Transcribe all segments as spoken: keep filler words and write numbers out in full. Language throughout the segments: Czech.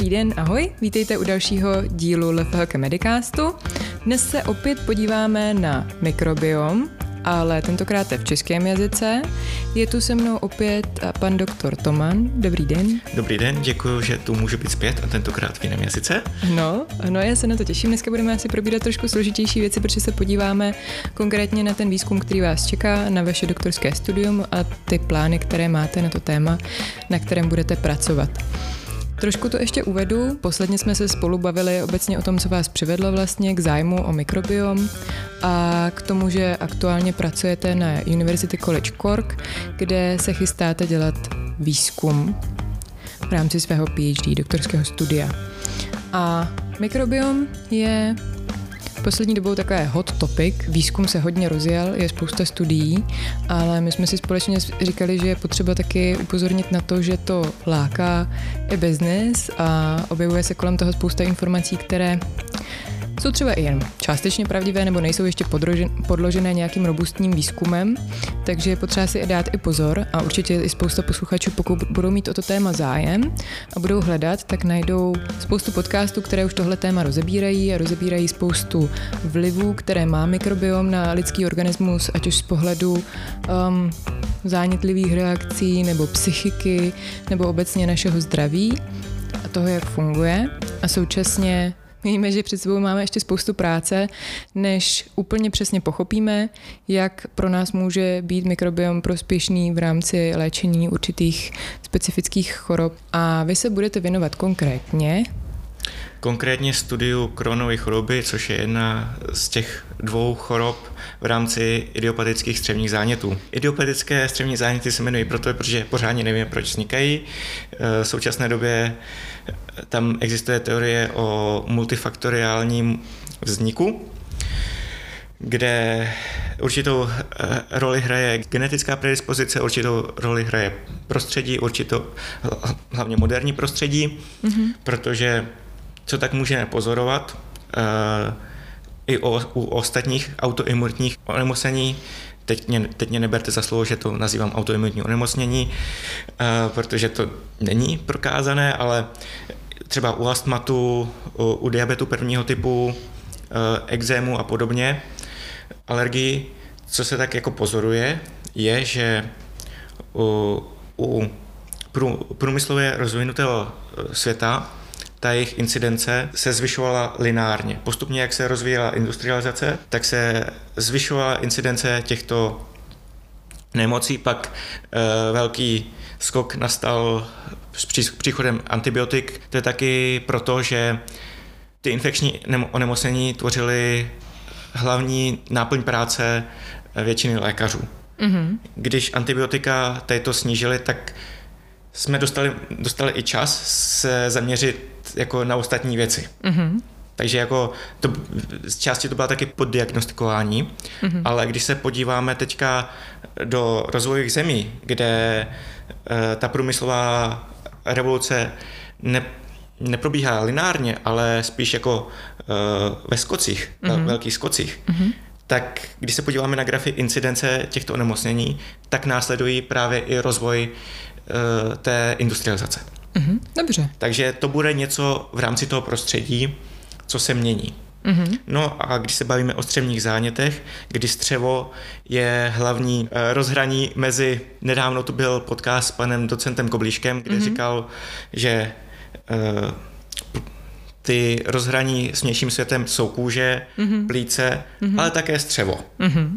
Dobrý den, ahoj, vítejte u dalšího dílu L F H K Medicastu. Dnes se opět podíváme na mikrobiom, ale tentokrát je v českém jazyce. Je tu se mnou opět pan doktor Toman. Dobrý den. Dobrý den, děkuji, že tu můžu být zpět a tentokrát v jiném jazyce. No, no, já se na to těším. Dneska budeme asi probírat trošku složitější věci, protože se podíváme konkrétně na ten výzkum, který vás čeká, na vaše doktorské studium a ty plány, které máte na to téma, na kterém budete pracovat. Trošku to ještě uvedu. Posledně jsme se spolu bavili obecně o tom, co vás přivedlo vlastně k zájmu o mikrobiom a k tomu, že aktuálně pracujete na University College Cork, kde se chystáte dělat výzkum v rámci svého PhD, doktorského studia. A mikrobiom je poslední dobou také hot topic, výzkum se hodně rozjel, je spousta studií, ale my jsme si společně říkali, že je potřeba taky upozornit na to, že to láká i business a objevuje se kolem toho spousta informací, které jsou třeba i jen částečně pravdivé nebo nejsou ještě podložené nějakým robustním výzkumem, takže je potřeba si dát i pozor a určitě i spousta posluchačů, pokud budou mít o to téma zájem a budou hledat, tak najdou spoustu podcastů, které už tohle téma rozebírají a rozebírají spoustu vlivů, které má mikrobiom na lidský organismus, ať už z pohledu um, zánětlivých reakcí nebo psychiky nebo obecně našeho zdraví a toho, jak funguje a současně víme, že před sebou máme ještě spoustu práce, než úplně přesně pochopíme, jak pro nás může být mikrobiom prospěšný v rámci léčení určitých specifických chorob. A vy se budete věnovat konkrétně Konkrétně studiu Crohnovy choroby, což je jedna z těch dvou chorob v rámci idiopatických střevních zánětů. Idiopatické střevní záněty se jmenují proto, protože pořádně nevíme, proč vznikají. V současné době tam existuje teorie o multifaktoriálním vzniku, kde určitou roli hraje genetická predispozice, určitou roli hraje prostředí, určitou hlavně moderní prostředí, mm-hmm. protože co tak můžeme pozorovat uh, i o, u ostatních autoimunitních onemocnění. Teď mě, teď mě neberte za slovo, že to nazývám autoimunitní onemocnění, uh, protože to není prokázané, ale třeba u astmatu, u, u diabetu prvního typu, uh, ekzému a podobně, alergii, co se tak jako pozoruje, je, že u, u průmyslově rozvinutého světa ta jejich incidence se zvyšovala lineárně. Postupně, jak se rozvíjela industrializace, tak se zvyšovala incidence těchto nemocí, pak e, velký skok nastal s příchodem antibiotik. To je taky proto, že ty infekční onemocnění tvořily hlavní náplň práce většiny lékařů. Mm-hmm. Když antibiotika tady to snížily, tak jsme dostali, dostali i čas se zaměřit jako na ostatní věci. Mm-hmm. Takže jako to, z části to byla taky poddiagnostikování, mm-hmm. ale když se podíváme teďka do rozvojových zemí, kde e, ta průmyslová revoluce ne, neprobíhá lineárně, ale spíš jako e, ve skocích, mm-hmm. velkých skocích, mm-hmm. tak když se podíváme na grafy incidence těchto onemocnění, tak následují právě i rozvoj e, té industrializace. Mm-hmm, dobře. Takže to bude něco v rámci toho prostředí, co se mění. Mm-hmm. No a když se bavíme o střevních zánětech, kdy střevo je hlavní eh, rozhraní mezi, nedávno tu byl podcast s panem docentem Koblíškem, kde mm-hmm. říkal, že eh, ty rozhraní s vnějším světem jsou kůže, mm-hmm. plíce, mm-hmm. ale také střevo. Mm-hmm.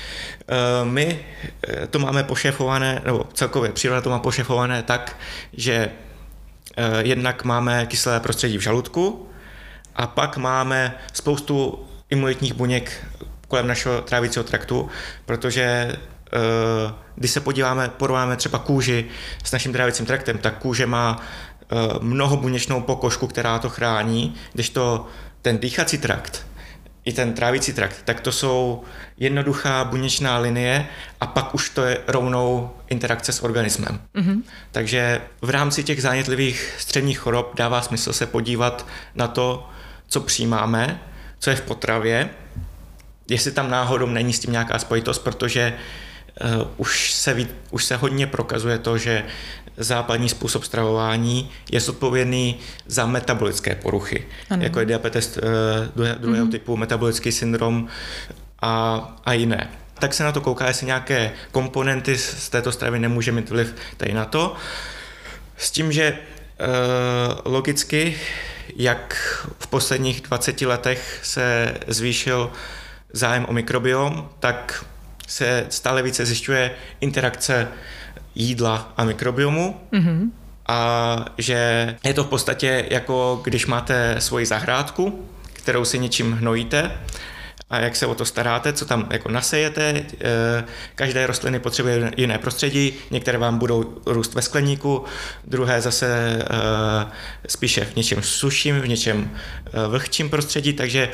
My to máme pošefované, nebo celkově příroda to má pošefované tak, že jednak máme kyselé prostředí v žaludku a pak máme spoustu imunitních buněk kolem našeho trávicího traktu, protože když se podíváme, porovnáme třeba kůži s naším trávicím traktem, tak kůže má mnohobuněčnou pokožku, která to chrání, když to ten dýchací trakt i ten trávicí trakt, tak to jsou jednoduchá buněčná linie a pak už to je rovnou interakce s organismem. Mm-hmm. Takže v rámci těch zánětlivých střevních chorob dává smysl se podívat na to, co přijímáme, co je v potravě, jestli tam náhodou není s tím nějaká spojitost, protože uh, už, se ví, už se hodně prokazuje to, že západní způsob stravování je zodpovědný za metabolické poruchy, ano. jako je diabetes druhého mm-hmm. typu, metabolický syndrom a, a jiné. Tak se na to kouká, jestli nějaké komponenty z této stravy nemůže mít vliv tady na to. S tím, že e, logicky, jak v posledních dvaceti letech se zvýšil zájem o mikrobiom, tak se stále více zjišťuje interakce jídla a mikrobiomu. Mm-hmm. A že je to v podstatě jako když máte svoji zahrádku, kterou si něčím hnojíte, a jak se o to staráte, co tam jako nasejete. Každé rostliny potřebuje jiné prostředí, některé vám budou růst ve skleníku, druhé zase spíše v něčem suším, v něčem vlhčím prostředí, takže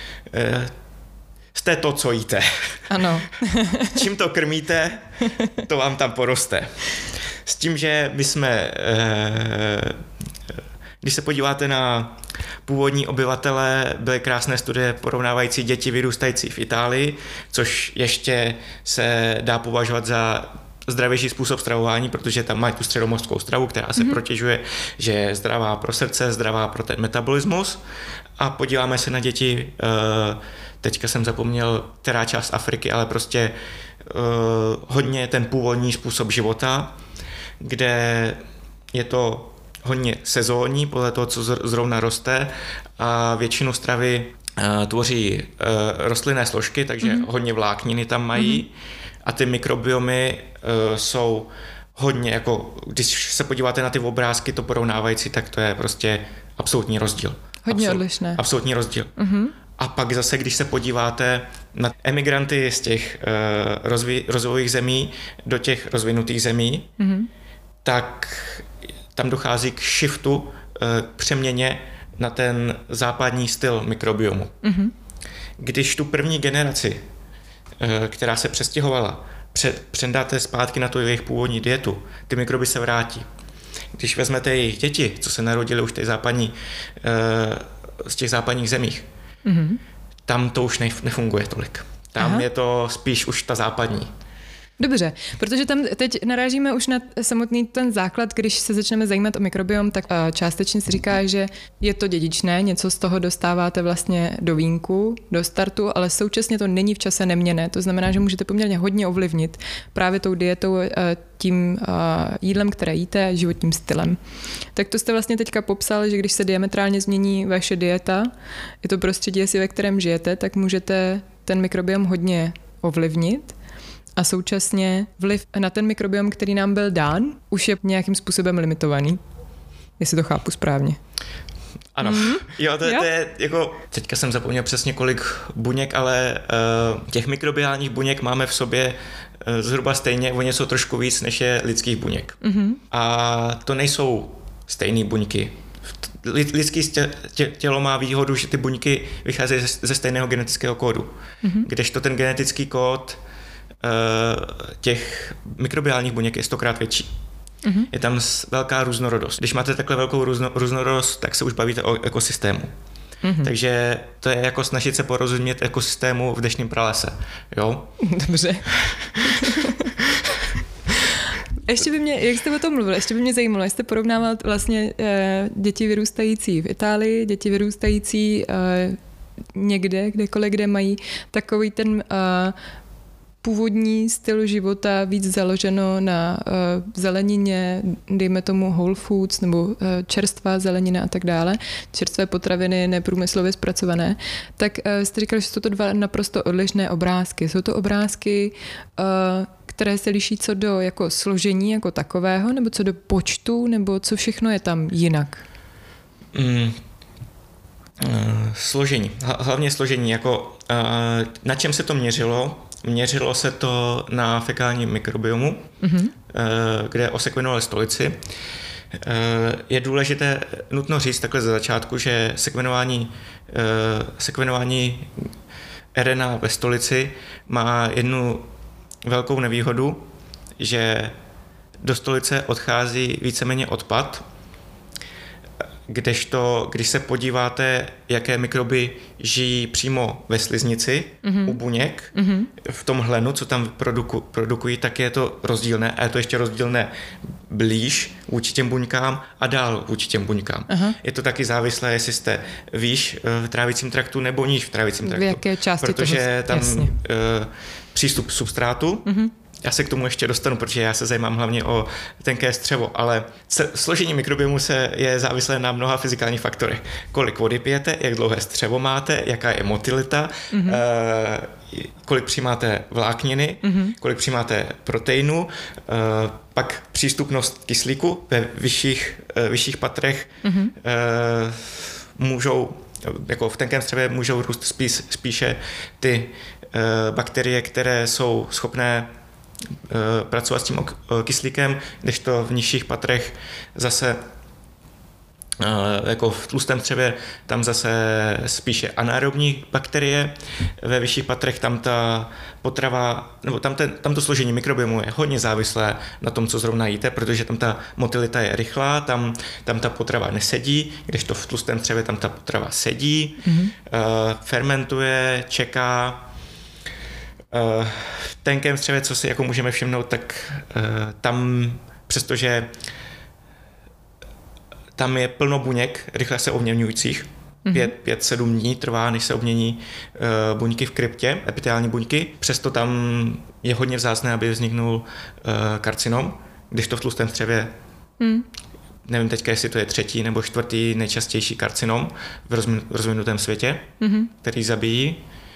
jste to, co jíte. Ano. Čím to krmíte, to vám tam poroste. S tím, že my jsme, když se podíváte na původní obyvatele, byly krásné studie porovnávající děti vyrůstající v Itálii, což ještě se dá považovat za zdravější způsob stravování, protože tam mají tu středomořskou stravu, která se mm-hmm. protěžuje, že je zdravá pro srdce, zdravá pro ten metabolismus. A podíváme se na děti, teďka jsem zapomněl, která část Afriky, ale prostě hodně ten původní způsob života, kde je to hodně sezónní, podle toho, co zrovna roste, a většinu stravy uh, tvoří uh, rostlinné složky, takže mm-hmm. hodně vlákniny tam mají mm-hmm. a ty mikrobiomy uh, jsou hodně, jako když se podíváte na ty obrázky, to porovnávající, tak to je prostě absolutní rozdíl. Hodně Absolut, odlišné. Absolutní rozdíl. Mm-hmm. A pak zase, když se podíváte na emigranty z těch uh, rozvi- rozvojových zemí do těch rozvinutých zemí, mm-hmm. tak tam dochází k shiftu, k přeměně na ten západní styl mikrobiomu. Mm-hmm. Když tu první generaci, která se přestěhovala, předáte zpátky na tu jejich původní dietu, ty mikroby se vrátí. Když vezmete jejich děti, co se narodily už v těch západní, z těch západních zemích, mm-hmm. tam to už nefunguje tolik. Tam Aha. je to spíš už ta západní. Dobře, protože tam teď narážíme už na samotný ten základ, když se začneme zajímat o mikrobiom, tak částečně si říká, že je to dědičné, něco z toho dostáváte vlastně do vínku, do startu, ale současně to není v čase neměnné. To znamená, že můžete poměrně hodně ovlivnit právě tou dietou, tím jídlem, které jíte, životním stylem. Tak to jste vlastně teďka popsal, že když se diametrálně změní vaše dieta, je to prostředí, ve kterém žijete, tak můžete ten mikrobiom hodně ovlivnit. A současně vliv na ten mikrobiom, který nám byl dán, už je nějakým způsobem limitovaný. Jestli to chápu správně. Ano. Mm-hmm. Jo, to, jo? to je jako, teďka jsem zapomněl přesně kolik buněk, ale uh, těch mikrobiálních buněk máme v sobě uh, zhruba stejně, o něco trošku víc, než je lidských buněk. Mm-hmm. A to nejsou stejné buňky. Lidské tělo má výhodu, že ty buňky vycházejí ze stejného genetického kódu. Mm-hmm. Kdežto ten genetický kód těch mikrobiálních buněk je stokrát větší. Mm-hmm. Je tam velká různorodost. Když máte takhle velkou různo, různorodost, tak se už bavíte o ekosystému. Mm-hmm. Takže to je jako snažit se porozumět ekosystému v deštném pralese. Jo? Dobře. Ještě by mě, jak jste o tom mluvil, ještě by mě zajímalo, jestli jste porovnával vlastně e, děti vyrůstající v Itálii, děti vyrůstající e, někde, kdekoliv, kde mají takový ten e, původní styl života víc založeno na uh, zelenině, dejme tomu whole foods nebo uh, čerstvá zelenina a tak dále, čerstvé potraviny neprůmyslově zpracované, tak uh, jste říkali, že jsou to dva naprosto odlišné obrázky. Jsou to obrázky, uh, které se liší co do jako složení jako takového, nebo co do počtu, nebo co všechno je tam jinak? Mm. Složení. Hlavně složení. Jako, uh, na čem se to měřilo? Měřilo se to na fekálním mikrobiomu, mm-hmm. kde osekvenovali stolici. Je důležité, nutno říct takhle za začátku, že sekvenování, sekvenování R N A ve stolici má jednu velkou nevýhodu, že do stolice odchází víceméně odpad, Kdežto, když se podíváte, jaké mikroby žijí přímo ve sliznici, mm-hmm. u buněk, mm-hmm. v tom hlenu, co tam produku, produkují, tak je to rozdílné. A je to ještě rozdílné blíž vůči těm buňkám a dál vůči těm buňkám. Aha. Je to taky závislé, jestli jste výš v trávicím traktu nebo níž v trávicím traktu. V jaké části protože toho? Protože tam uh, přístup substrátu, mm-hmm. já se k tomu ještě dostanu, protože já se zajímám hlavně o tenké střevo, ale složení mikrobiomu se je závislé na mnoha fyzikálních faktorech. Kolik vody pijete, jak dlouhé střevo máte, jaká je motilita, mm-hmm. uh, kolik přijímáte vlákniny, mm-hmm. kolik přijímáte proteinu, uh, pak přístupnost kyslíku ve vyšších, uh, vyšších patrech mm-hmm. uh, můžou, jako v tenkém střevě můžou růst spíš, spíše ty uh, bakterie, které jsou schopné pracovat s tím kyslíkem, kdežto v nižších patrech zase jako v tlustém střevě tam zase spíše anaerobní bakterie, ve vyšších patrech tam ta potrava, nebo tam, ten, tam to složení mikrobiomu je hodně závislé na tom, co zrovna jíte, protože tam ta motilita je rychlá, tam, tam ta potrava nesedí, kdežto v tlustém střevě tam ta potrava sedí, mm-hmm. fermentuje, čeká. V tenkém střevě, co si jako můžeme všimnout, tak tam, přestože tam je plno buněk rychle se obměňujících, mm-hmm. pět, pět, sedm dní trvá, než se obmění buňky v kryptě, epiteliální buňky, přesto tam je hodně vzácné, aby vzniknul karcinom, když to v tlustém střevě, mm. nevím teďka, jestli to je třetí nebo čtvrtý nejčastější karcinom v rozvinutém světě, mm-hmm. který zabíjí.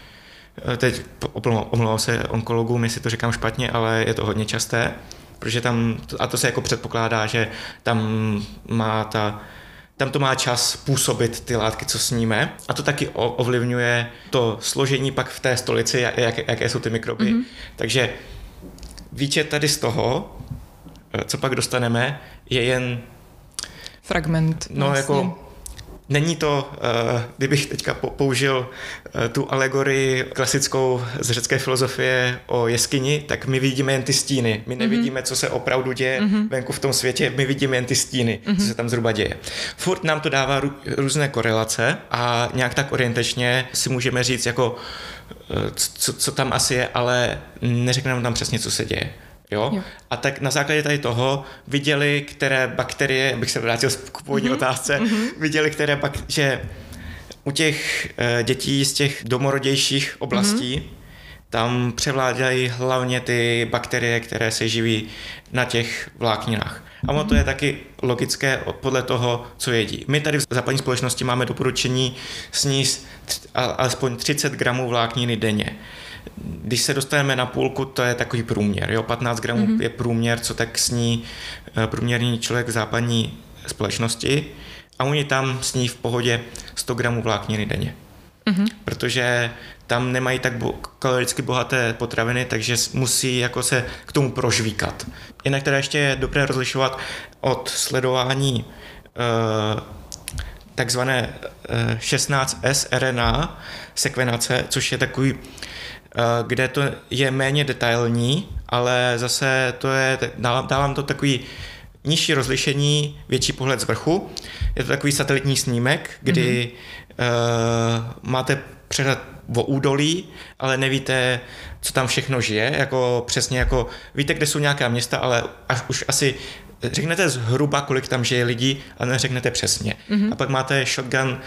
Teď omlouvám se onkologům, jestli to říkám špatně, ale je to hodně časté, protože tam, a to se jako předpokládá, že tam má ta, tam to má čas působit ty látky, co sníme, a to taky ovlivňuje to složení pak v té stolici, jak, jaké jsou ty mikroby. Mm-hmm. Takže výčet tady z toho, co pak dostaneme, je jen fragment. No vlastně. Jako není to, kdybych teďka použil tu alegorii klasickou z řecké filozofie o jeskyni, tak my vidíme jen ty stíny. My nevidíme, mm-hmm. co se opravdu děje mm-hmm. venku v tom světě, my vidíme jen ty stíny, mm-hmm. co se tam zhruba děje. Furt nám to dává různé korelace a nějak tak orientačně si můžeme říct, jako, co, co tam asi je, ale neřekneme tam přesně, co se děje. Jo? Jo. A tak na základě tady toho viděli, které bakterie, abych se vrátil k původní mm-hmm. otázce, mm-hmm. viděli, které bak- že u těch e, dětí z těch domorodějších oblastí mm-hmm. tam převládají hlavně ty bakterie, které se živí na těch vlákninách. A ono mm-hmm. to je taky logické podle toho, co jedí. My tady v západní společnosti máme doporučení sníst alespoň třicet gramů vlákniny denně. Když se dostaneme na půlku, to je takový průměr. Jo? patnáct gramů mm-hmm. je průměr, co tak sní průměrný člověk v západní společnosti, a oni tam sní v pohodě sto gramů vlákniny denně. Mm-hmm. Protože tam nemají tak bo- kaloricky bohaté potraviny, takže musí jako se k tomu prožvíkat. Jinak teda ještě je dobré rozlišovat od sledování uh, takzvané uh, šestnáct S R N A sekvenace, což je takový, kde to je méně detailní, ale zase to je, dávám to takový nižší rozlišení, větší pohled z vrchu. Je to takový satelitní snímek, kdy mm-hmm. uh, máte přehled o údolí, ale nevíte, co tam všechno žije, jako přesně jako, víte, kde jsou nějaká města, ale až už asi řeknete zhruba, kolik tam žije lidí, ale neřeknete přesně. Mm-hmm. A pak máte shotgun, uh,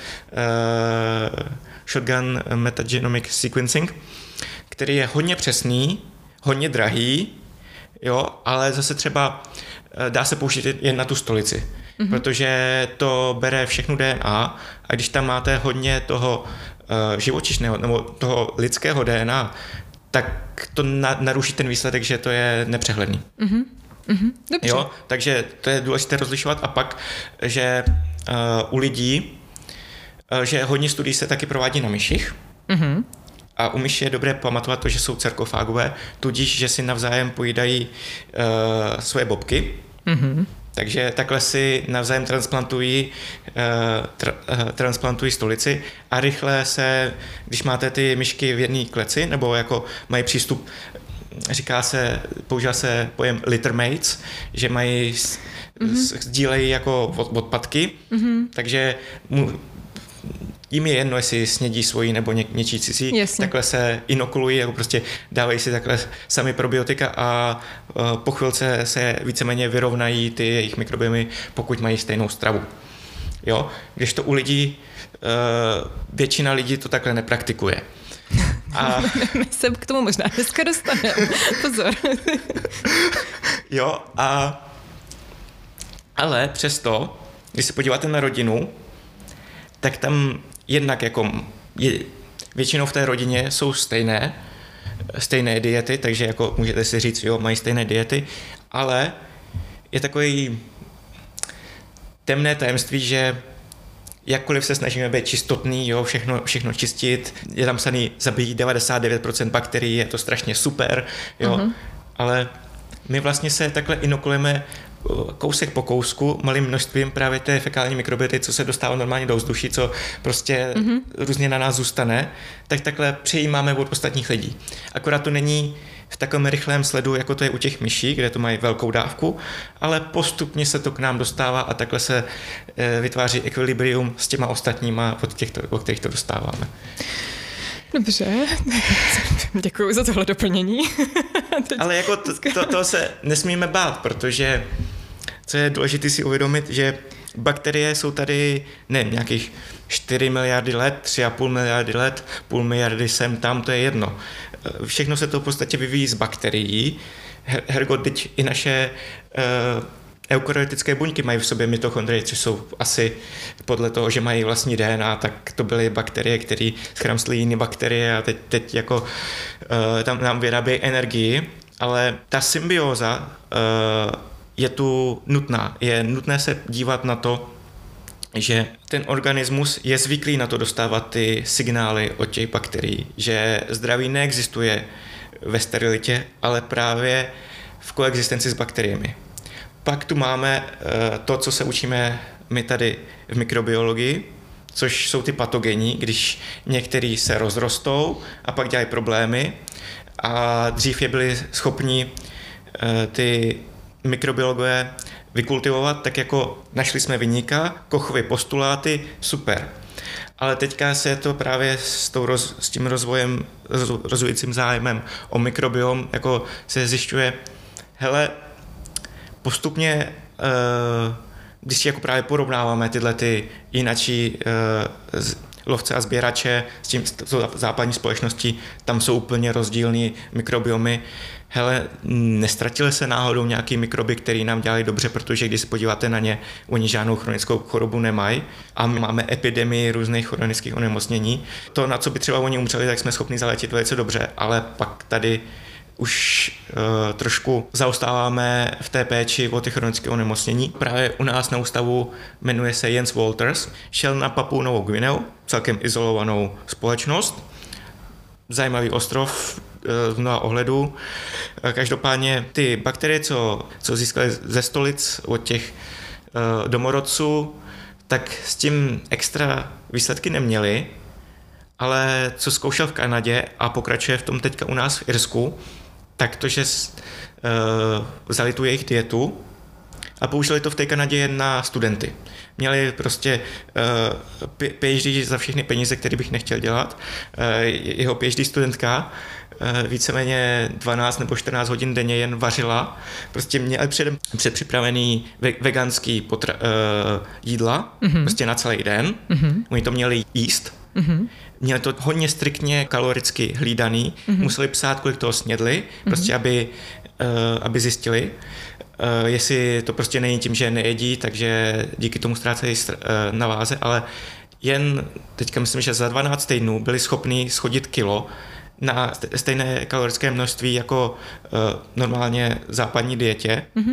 shotgun metagenomic sequencing, který je hodně přesný, hodně drahý, jo, ale zase třeba dá se použít jen na tu stolici, mm-hmm. protože to bere všechnu D N A, a když tam máte hodně toho uh, živočišného nebo toho lidského D N A, tak to na, naruší ten výsledek, že to je nepřehledný. Mm-hmm. Mm-hmm. Dobře. Jo, takže to je důležité rozlišovat. A pak, že uh, u lidí, uh, že hodně studií se taky provádí na myších, mm-hmm. a u myši je dobré pamatovat to, že jsou sarkofágové, tudíž, že si navzájem pojídají uh, svoje bobky, mm-hmm. takže takhle si navzájem transplantují, uh, tra, uh, transplantují stolici a rychle se, když máte ty myšky v jedné kleci, nebo jako mají přístup říká se, používá se pojem littermates, že mají, mm-hmm. sdílejí jako odpadky, mm-hmm. takže mu, jim je jedno, jestli snědí svoji nebo ně, něčí cizí, Jasně. takhle se inokulují, jako prostě dávají si takhle sami probiotika a uh, po chvilce se víceméně vyrovnají ty jejich mikrobiomy, pokud mají stejnou stravu. Jo? Když to u lidí, uh, většina lidí to takhle nepraktikuje. A... My se k tomu možná dneska dostaneme. Pozor. Jo, a... ale přesto, když se podíváte na rodinu, tak tam jednak jako je, většinou v té rodině jsou stejné, stejné diety, takže jako můžete si říct, jo, mají stejné diety, ale je takový temné tajemství, že jakkoliv se snažíme být čistotný, jo, všechno, všechno čistit, je tam psaný zabíjí devadesát devět procent bakterií, je to strašně super, jo, uh-huh. ale my vlastně se takhle inokulujeme kousek po kousku, malým množstvím právě té fekální mikrobioty, co se dostává normálně do vzduší, co prostě mm-hmm. různě na nás zůstane, tak takhle přejímáme od ostatních lidí. Akorát to není v takovém rychlém sledu, jako to je u těch myší, kde to mají velkou dávku, ale postupně se to k nám dostává a takhle se vytváří ekvilibrium s těma ostatníma, od těchto, od kterých to dostáváme. Dobře, děkuji za tohle doplnění. Ale jako to, to, to se nesmíme bát, protože co je důležité si uvědomit, že bakterie jsou tady ne nějakých čtyři miliardy let, tři a půl miliardy let, půl miliardy sem, tam, to je jedno. Všechno se to v podstatě vyvíjí z bakterií. Hergo, teď i naše uh, eukaryotické buňky mají v sobě mitochondrie, což jsou asi podle toho, že mají vlastní D N A, tak to byly bakterie, které schramstly jiné bakterie a teď, teď jako uh, tam nám vyrábějí energii, ale ta symbióza uh, je tu nutná. Je nutné se dívat na to, že ten organismus je zvyklý na to dostávat ty signály od těch bakterií, že zdraví neexistuje ve sterilitě, ale právě v koexistenci s bakteriemi. Pak tu máme to, co se učíme my tady v mikrobiologii, což jsou ty patogeni, když některý se rozrostou a pak dělají problémy a dřív je byli schopni ty mikrobiologové vykultivovat, tak jako našli jsme viníka, Kochovy postuláty, super. Ale teďka se to právě s, tou roz, s tím rozvojem, roz, rozvíjícím zájmem o mikrobiom, jako se zjišťuje, hele, postupně, když si jako právě porovnáváme tyhle ty jinačí lovce a sběrače s tím západní společností, tam jsou úplně rozdílný mikrobiomy. Hele, nestratily se náhodou nějaký mikroby, který nám dělají dobře, protože když se podíváte na ně, oni žádnou chronickou chorobu nemají a my máme epidemii různých chronických onemocnění. To, na co by třeba oni umřeli, tak jsme schopni zaléčit velice dobře, ale pak tady už uh, trošku zaostáváme v té péči o ty chronické onemocnění. Právě u nás na ústavu jmenuje se Jens Walters, šel na Papuu Novou Gvineu, celkem izolovanou společnost, zajímavý ostrov uh, z mnoha ohledů. Uh, každopádně ty bakterie, co, co získali ze stolic od těch uh, domorodců, tak s tím extra výsledky neměli, ale co zkoušel v Kanadě a pokračuje v tom teďka u nás v Irsku, tak to, že uh, vzali tu jejich dietu a použili to v té Kanadě jen na studenty. Měli prostě uh, PhD za všechny peníze, které bych nechtěl dělat. Uh, jeho PhD studentka uh, víceméně dvanáct nebo čtrnáct hodin denně jen vařila. Prostě měli předem předpřipravený ve, veganský potra, uh, jídla, mm-hmm. prostě na celý den. Mm-hmm. Oni to měli jíst. Mm-hmm. Měli to hodně striktně kaloricky hlídaný, mm-hmm. museli psát, kolik toho snědli, mm-hmm. prostě aby, uh, aby zjistili, uh, jestli to prostě není tím, že nejedí, takže díky tomu ztrácejí uh, na váze, ale jen teďka myslím, že za dvanáct týdnů byli schopni schodit kilo na stejné kalorické množství jako uh, normálně západní dietě. Mm-hmm.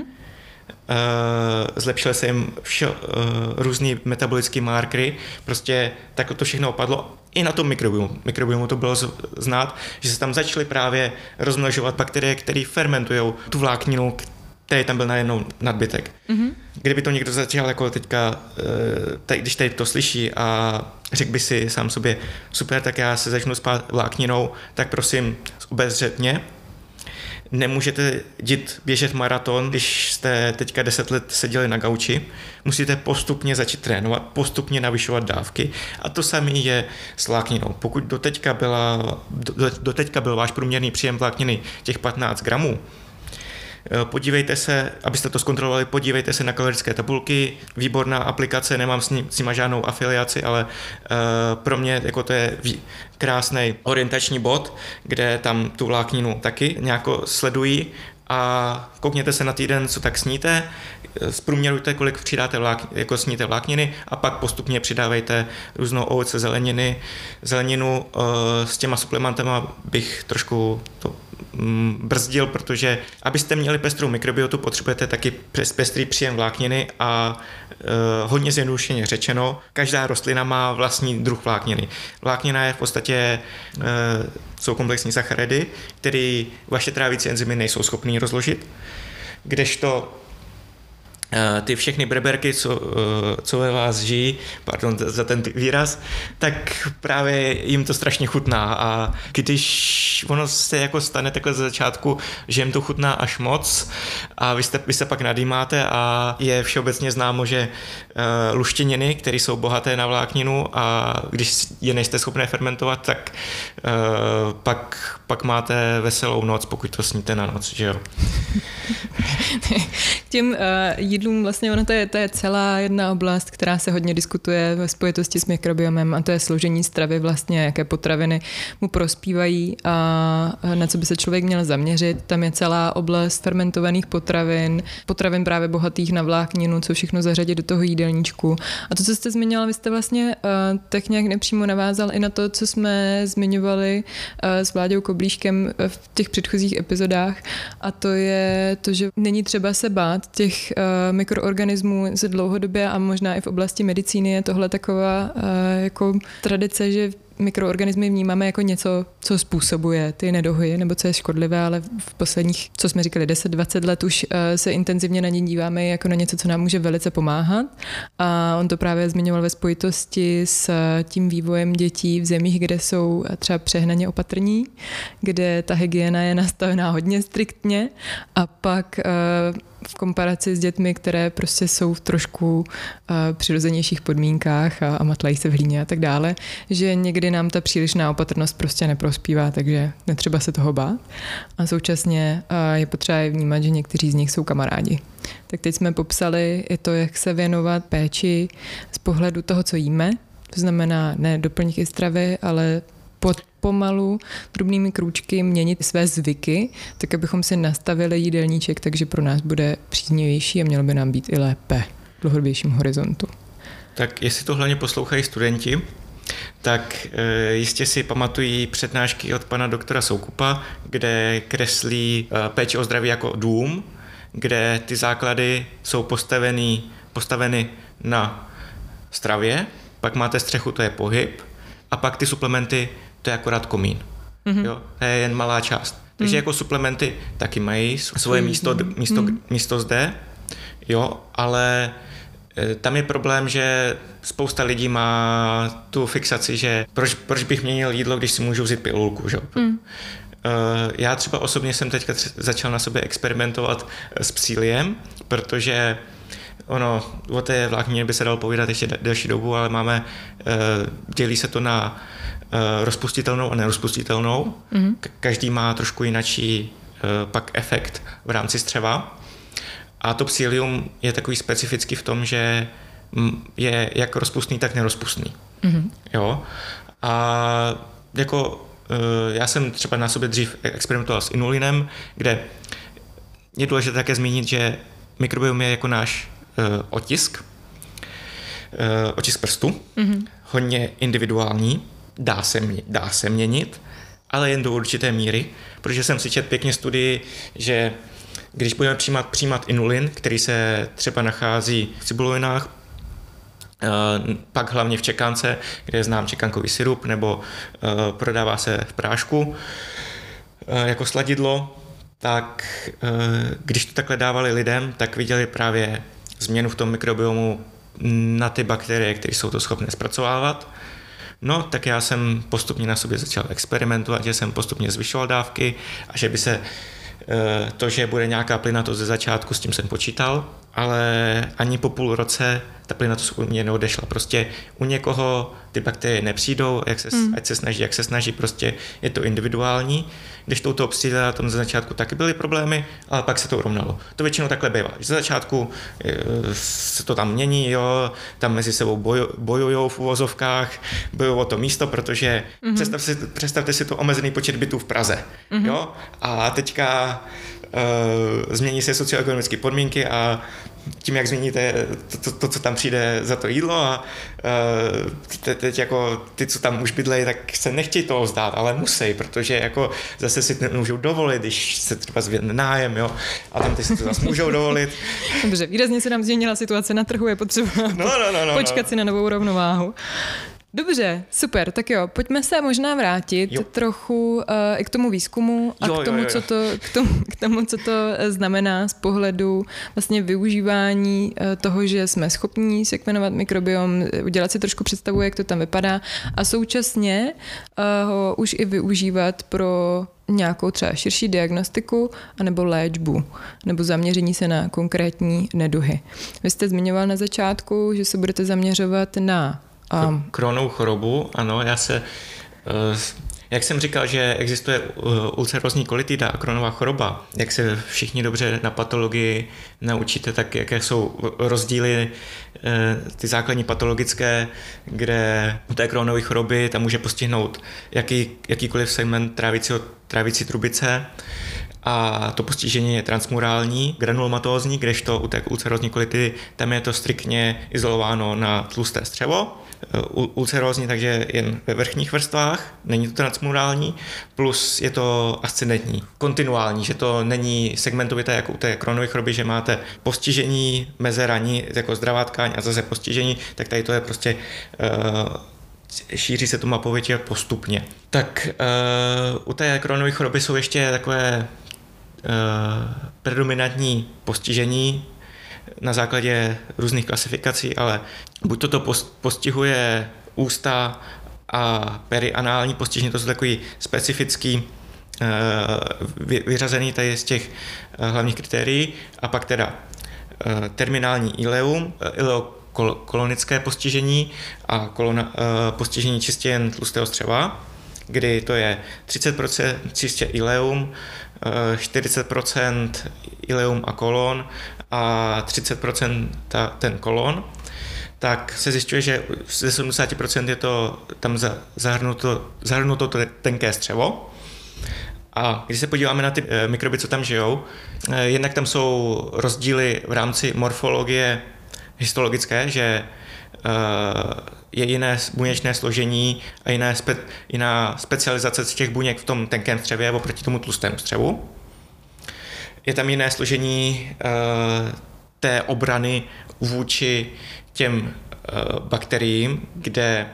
Uh, zlepšily se jim vše, uh, různý metabolické markery, prostě tak to všechno opadlo. I na tom mikrobiomu. Mikrobiomu to bylo znát, že se tam začaly právě rozmnožovat bakterie, které fermentují tu vlákninu, který tam byl najednou nadbytek. Mm-hmm. Kdyby to někdo začal jako teďka, teď, když tady to slyší a řekl by si sám sobě, super, tak já se začnu spát vlákninou, tak prosím obezřetně. nemůžete jít běžet maraton, když jste teďka deset let seděli na gauči. Musíte postupně začít trénovat, postupně navyšovat dávky a to samé je s vlákninou. Pokud doteďka, byla, do, doteďka byl váš průměrný příjem vlákniny těch patnáct gramů, podívejte se, abyste to zkontrolovali, podívejte se na kalorické tabulky, výborná aplikace, nemám s, ní, s nima žádnou afiliaci, ale uh, pro mě jako to je krásný orientační bod, kde tam tu vlákninu taky nějako sledují a koukněte se na týden, co tak sníte, zprůměrujte, kolik přidáte vlák, jako sníte vlákniny a pak postupně přidávejte různou ovoce, zeleniny. Zeleninu uh, s těma suplementama bych trošku to mm, brzdil, protože abyste měli pestrou mikrobiotu, potřebujete taky pestrý příjem vlákniny a uh, hodně zjednodušeně řečeno, každá rostlina má vlastní druh vlákniny. Vláknina je v podstatě uh, jsou komplexní sacharidy, které vaše trávící enzymy nejsou schopný rozložit, kdežto ty všechny breberky, co, co ve vás žijí, pardon za ten výraz, tak právě jim to strašně chutná a když ono se jako stane takhle za začátku, že jim to chutná až moc a vy, jste, vy se pak nadýmáte a je všeobecně známo, že uh, luštěniny, které jsou bohaté na vlákninu a když je nejste schopné fermentovat, tak uh, pak, pak máte veselou noc, pokud to sníte na noc, že jo. Těm uh, jídlům vlastně ono to je, to je celá jedna oblast, která se hodně diskutuje ve spojitosti s mikrobiomem a to je složení stravy vlastně, jaké potraviny mu prospívají a na co by se člověk měl zaměřit. Tam je celá oblast fermentovaných potravin, potravin právě bohatých na vlákninu, co všechno zařadit do toho jídelníčku. A to, co jste zmiňovala, vy jste vlastně uh, tak nějak nepřímo navázal i na to, co jsme zmiňovali uh, s Vláďou Koblíškem v těch předchozích epizodách a to je to, že není třeba se bát těch uh, mikroorganismů ze dlouhodobě a možná i v oblasti medicíny je tohle taková uh, jako tradice, že mikroorganismy vnímáme jako něco, co způsobuje ty nedohy, nebo co je škodlivé, ale v posledních, co jsme říkali, deset dvacet let už se intenzivně na ně díváme jako na něco, co nám může velice pomáhat. A on to právě zmiňoval ve spojitosti s tím vývojem dětí v zemích, kde jsou třeba přehnaně opatrní, kde ta hygiena je nastavená hodně striktně a pak v komparaci s dětmi, které prostě jsou v trošku uh, přirozenějších podmínkách a, a matlají se v hlíně a tak dále, že někdy nám ta přílišná opatrnost prostě neprospívá, takže netřeba se toho bát. A současně uh, je potřeba je vnímat, že někteří z nich jsou kamarádi. Tak teď jsme popsali i to, jak se věnovat péči z pohledu toho, co jíme, to znamená ne doplňky stravy, ale pod pomalu drobnými krůčky měnit své zvyky, tak abychom si nastavili jídelníček, takže pro nás bude příznivější a mělo by nám být i lépe v dlouhodobějším horizontu. Tak jestli to hlavně poslouchají studenti, tak e, jistě si pamatují přednášky od pana doktora Soukupa, kde kreslí e, péči o zdraví jako dům, kde ty základy jsou postaveny, postaveny na stravě, pak máte střechu, to je pohyb, a pak ty suplementy, to je akorát komín. Mm-hmm. Jo, to je jen malá část. Takže mm. jako suplementy taky mají svoje místo, místo, mm. místo zde, jo, ale tam je problém, že spousta lidí má tu fixaci, že proč, proč bych měnil jídlo, když si můžu vzít pilulku, že? Mm. Já třeba osobně jsem teďka začal na sobě experimentovat s psíliem, protože ono, o té vláknině by se dalo povídat ještě delší dobu, ale máme, dělí se to na rozpustitelnou a nerozpustitelnou. Mm. Každý má trošku jinačí pak efekt v rámci střeva. A to psílium je takový specifický v tom, že je jak rozpustný, tak nerozpustný. Mm. Jo? A jako já jsem třeba na sobě dřív experimentoval s inulinem, kde je důležité také zmínit, že mikrobiom je jako náš uh, otisk, uh, otisk prstu, mm-hmm. hodně individuální, dá se, dá se měnit, ale jen do určité míry, protože jsem si četl pěkně studii, že když budeme přijímat, přijímat inulin, který se třeba nachází v cibulovinách, uh, pak hlavně v čekance, kde je znám čekankový sirup, nebo uh, prodává se v prášku uh, jako sladidlo, tak když to takhle dávali lidem, tak viděli právě změnu v tom mikrobiomu na ty bakterie, které jsou to schopné zpracovávat. No, tak já jsem postupně na sobě začal experimentovat, že jsem postupně zvyšoval dávky a že by se To, že bude nějaká plynatost ze začátku, s tím jsem počítal, ale ani po půl roce ta plynatost u mě neodešla. Prostě u někoho ty bakterie nepřijdou, jak se, hmm. ať se snaží, jak se snaží, prostě je to individuální. Když to u toho přijde, tam ze začátku taky byly problémy, ale pak se to urovnalo. To většinou takhle bývá. Ze začátku se to tam mění, jo, tam mezi sebou boj, bojujou v uvozovkách, bojují o to místo, protože hmm. představ si, představte si to omezený počet bytů v Praze. Hmm. Jo? A teďka uh, změní se socioekonomické podmínky a tím, jak změníte to, to, to, co tam přijde za to jídlo a uh, te, teď jako ty, co tam už bydlejí, tak se nechtějí toho vzdát, ale musí, protože jako zase si nemůžou dovolit, když se třeba zvědne nájem, jo, a tam ty si to zase můžou dovolit. Dobře, výrazně se nám změnila situace na trhu, je potřeba no, no, no, no, počkat no. si na novou rovnováhu. Dobře, super, tak jo, pojďme se možná vrátit jo. trochu uh, i k tomu výzkumu a jo, k tomu, jo, jo. Co to, k, tomu, k tomu, co to znamená z pohledu vlastně využívání uh, toho, že jsme schopní sekvenovat mikrobiom, udělat si trošku představu, jak to tam vypadá a současně uh, ho už i využívat pro nějakou třeba širší diagnostiku anebo léčbu, nebo zaměření se na konkrétní neduhy. Vy jste zmiňoval na začátku, že se budete zaměřovat na Um. Crohnovu chorobu, ano, já se, jak jsem říkal, že existuje ulcerózní kolitida a Crohnova choroba, jak se všichni dobře na patologii naučíte, tak jaké jsou rozdíly, ty základní patologické, kde u té Crohnovy choroby tam může postihnout jaký, jakýkoliv segment trávicí, trávicí trubice, a to postižení je transmurální, granulomatózní, kdežto u té ulcerózní kolitidy tam je to striktně izolováno na tlusté střevo. Ulcerózní, takže jen ve vrchních vrstvách, není to transmurální, plus je to ascendentní, kontinuální, že to není segmentovité jako u té Crohnovy choroby, že máte postižení meze raní jako zdravá tkáň a zase postižení, tak tady to je prostě uh, šíří se to mapovitě postupně. Tak uh, u té Crohnovy choroby jsou ještě takové uh, predominantní postižení na základě různých klasifikací, ale buď toto postihuje ústa a perianální postižení, to jsou takový specifický vyřazený tady z těch hlavních kritérií, a pak teda terminální ileum, ileokolonické postižení a kolona, postižení čistě jen tlustého střeva, kdy to je třicet procent čistě ileum, čtyřicet procent ileum a kolon a třicet procent ta, ten kolon, tak se zjišťuje, že ze sedmdesát procent je to tam zahrnuto, zahrnuto to tenké střevo. A když se podíváme na ty mikroby, co tam žijou, jednak tam jsou rozdíly v rámci morfologie histologické, že je jiné buněčné složení a jiné spe, jiná specializace z těch buněk v tom tenkém střevě oproti tomu tlustému střevu. Je tam jiné složení uh, té obrany vůči těm uh, bakteriím, kde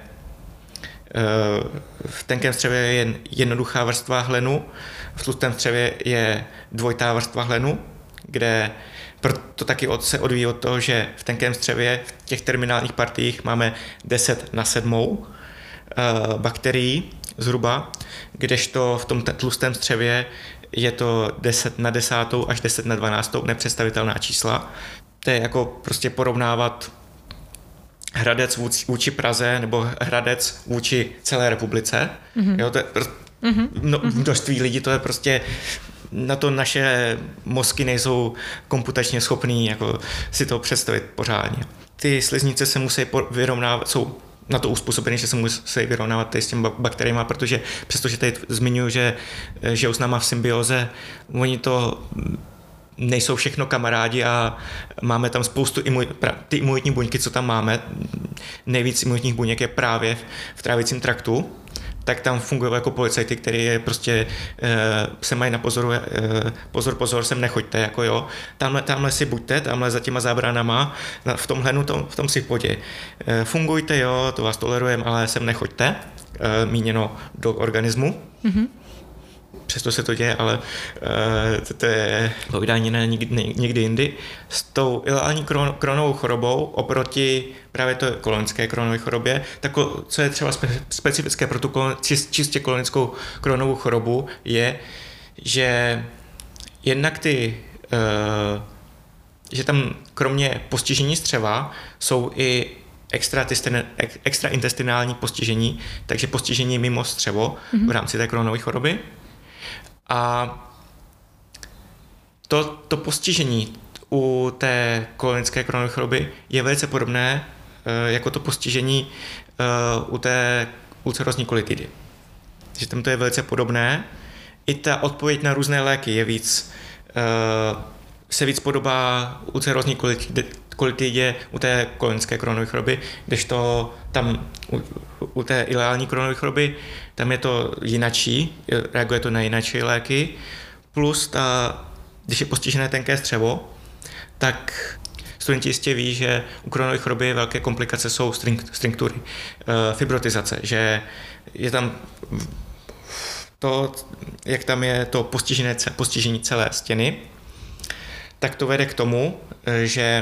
uh, v tenkém střevě je jen jednoduchá vrstva hlenu, v tlustém střevě je dvojitá vrstva hlenu, kde proto taky se odvíjí od toho, že v tenkém střevě v těch terminálních partiích máme deset na sedmou uh, bakterií zhruba, kdežto v tom tlustém střevě je to deset na desátou až deset na dvanáctou, nepředstavitelná čísla. To je jako prostě porovnávat Hradec vůči Praze nebo Hradec vůči celé republice. Mm-hmm. Jo, to je no, množství lidí, to je prostě, na to naše mozky nejsou komputačně schopný jako si to představit pořádně. Ty sliznice se musí vyrovnávat, jsou na to uspůsobený, že se musí vyrovnávat s těmi bakteriemi, protože přestože tady zmiňuji, že žijou s náma v symbioze, oni to nejsou všechno kamarádi a máme tam spoustu imu, ty imunitní buňky, co tam máme, nejvíc imunitních buněk je právě v trávicím traktu, tak tam fungují jako policajty, který je prostě e, se mají na pozoru, e, pozor, pozor, sem nechoďte, jako jo, tamhle, tamhle si buďte, tamhle za těma zábranama, v tom hlenu, tom, v tom si podě. E, fungujte, jo, to vás tolerujeme, ale sem nechoďte, e, míněno do organismu. Mm-hmm. Přesto se to děje, ale uh, to, to je povídání na někdy, někdy jindy. S tou ileální Crohnovou chorobou oproti právě to kolonické Crohnově chorobě, tak co je třeba spe, specifické pro tu kolon, čistě kolonickou Crohnovou chorobu, je, že jednak ty, uh, že tam kromě postižení střeva jsou i extraintestinální postižení, takže postižení mimo střevo mm-hmm. v rámci té Crohnovy choroby. A to, to postižení u té kolonické Crohnovy choroby je velice podobné uh, jako to postižení uh, u té ulcerózní kolitidy. Že tam to je velice podobné. I ta odpověď na různé léky je víc, uh, se víc podobá ulcerózní kolitidě u té kolonické Crohnovy choroby, kdežto tam u, u té ileální Crohnovy choroby, tam je to jinačí, reaguje to na jinačí léky, plus ta, když je postižené tenké střevo, tak studenti jistě ví, že u Crohnovy choroby velké komplikace jsou strinktury, fibrotizace, že je tam to, jak tam je to postižené, postižení celé stěny, tak to vede k tomu, že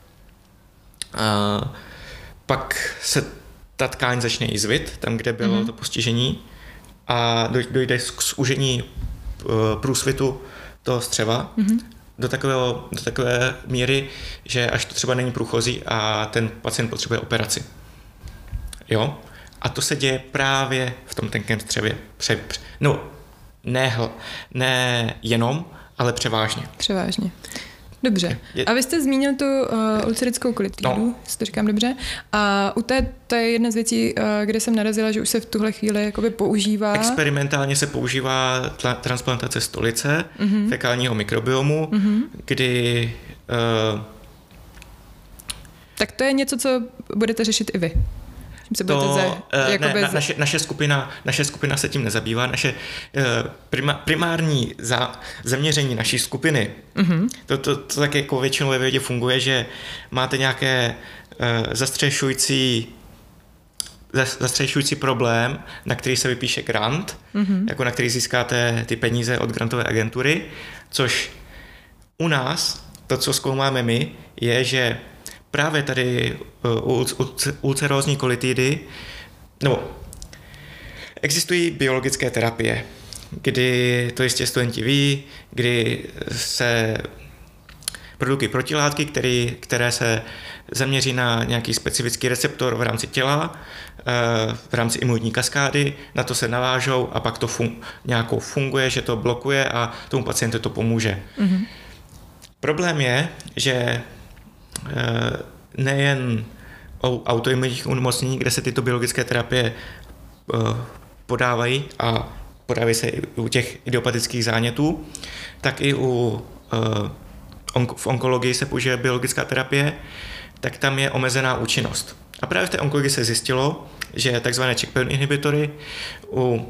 uh, pak se ta tkáň začne jizvit, tam, kde bylo mm-hmm. to postižení, a dojde k zúžení uh, průsvitu toho střeva mm-hmm. do, takového, do takové míry, že až to třeba není průchozí a ten pacient potřebuje operaci. Jo? A to se děje právě v tom tenkém střevě. Pře, pře, no, ne, ne jenom, ale převážně. Převážně. Dobře. A vy jste zmínil tu uh, ulcerickou kolitidu, no. jestli to říkám dobře. A u té, to je jedna z věcí, uh, kde jsem narazila, že už se v tuhle chvíli jakoby používá. Experimentálně se používá tla, transplantace stolice, mm-hmm. fekálního mikrobiomu, mm-hmm. kdy... Uh, tak to je něco, co budete řešit i vy. Se to, ze, ne, na, naše, naše, skupina, naše skupina se tím nezabývá. Naše prima, primární za, zaměření naší skupiny, mm-hmm. to, to, to tak jako většinou ve vědě funguje, že máte nějaké uh, zastřešující zastřešující problém, na který se vypíše grant, mm-hmm. jako na který získáte ty peníze od grantové agentury, což u nás, to, co zkoumáme my, je, že právě tady u ulcerózní kolitidy, nebo existují biologické terapie, kdy, to jistě studenti ví, kdy se produkují protilátky, který, které se zaměří na nějaký specifický receptor v rámci těla, v rámci imunitní kaskády, na to se navážou a pak to fun- nějakou funguje, že to blokuje a tomu pacientu to pomůže. Mm-hmm. Problém je, že nejen u autoimunních onemocnění, kde se tyto biologické terapie podávají a podávají se i u těch idiopatických zánětů, tak i u, v onkologii se použije biologická terapie, tak tam je omezená účinnost. A právě v té onkologii se zjistilo, že takzvané checkpoint inhibitory u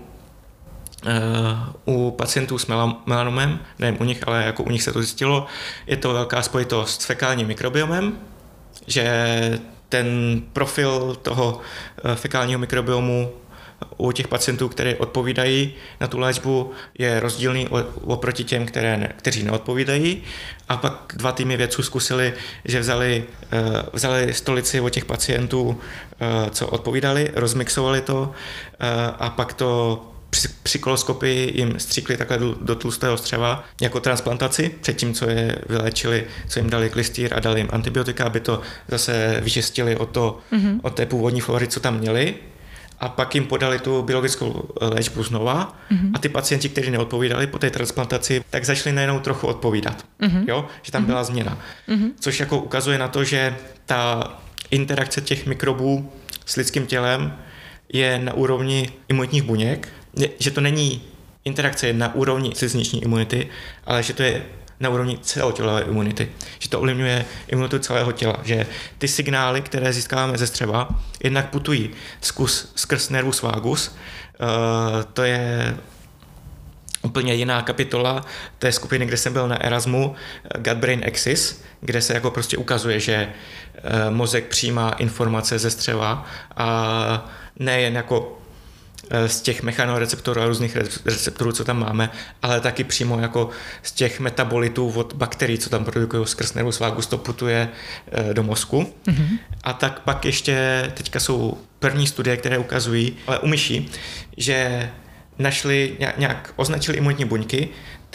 Uh, u pacientů s melanomem, nevím u nich, ale jako u nich se to zjistilo, je to velká spojitost s fekálním mikrobiomem, že ten profil toho uh, fekálního mikrobiomu u těch pacientů, které odpovídají na tu léčbu, je rozdílný oproti těm, které ne, kteří neodpovídají. A pak dva týmy vědců zkusili, že vzali, uh, vzali stolici od těch pacientů, uh, co odpovídali, rozmixovali to uh, a pak to při koloskopii jim stříkli takhle do, do tlustého střeva jako transplantaci, předtím, co je vyléčili, co jim dali klystýr a dali jim antibiotika, aby to zase vyčistili od, to, mm-hmm. od té původní flory, co tam měli. A pak jim podali tu biologickou léčbu znova mm-hmm. a ty pacienti, kteří neodpovídali po té transplantaci, tak začali najednou trochu odpovídat. Mm-hmm. Jo? Že tam mm-hmm. byla změna. Mm-hmm. Což jako ukazuje na to, že ta interakce těch mikrobů s lidským tělem je na úrovni imunitních buněk, že to není interakce na úrovni slizniční imunity, ale že to je na úrovni celotělové imunity. Že to ovlivňuje imunitu celého těla. Že ty signály, které získáváme ze střeva, jednak putují zkus, skrz nervus vagus. Uh, to je úplně jiná kapitola té skupiny, kde jsem byl na Erasmu, Gut-Brain Axis, kde se jako prostě ukazuje, že uh, mozek přijímá informace ze střeva a nejen jako z těch mechanoreceptorů a různých receptorů, co tam máme, ale taky přímo jako z těch metabolitů od bakterií, co tam produkují skrz nervus vagus, to putuje do mozku. Mm-hmm. A tak pak ještě teďka jsou první studie, které ukazují, ale u myší, že našli, nějak označili imunitní buňky,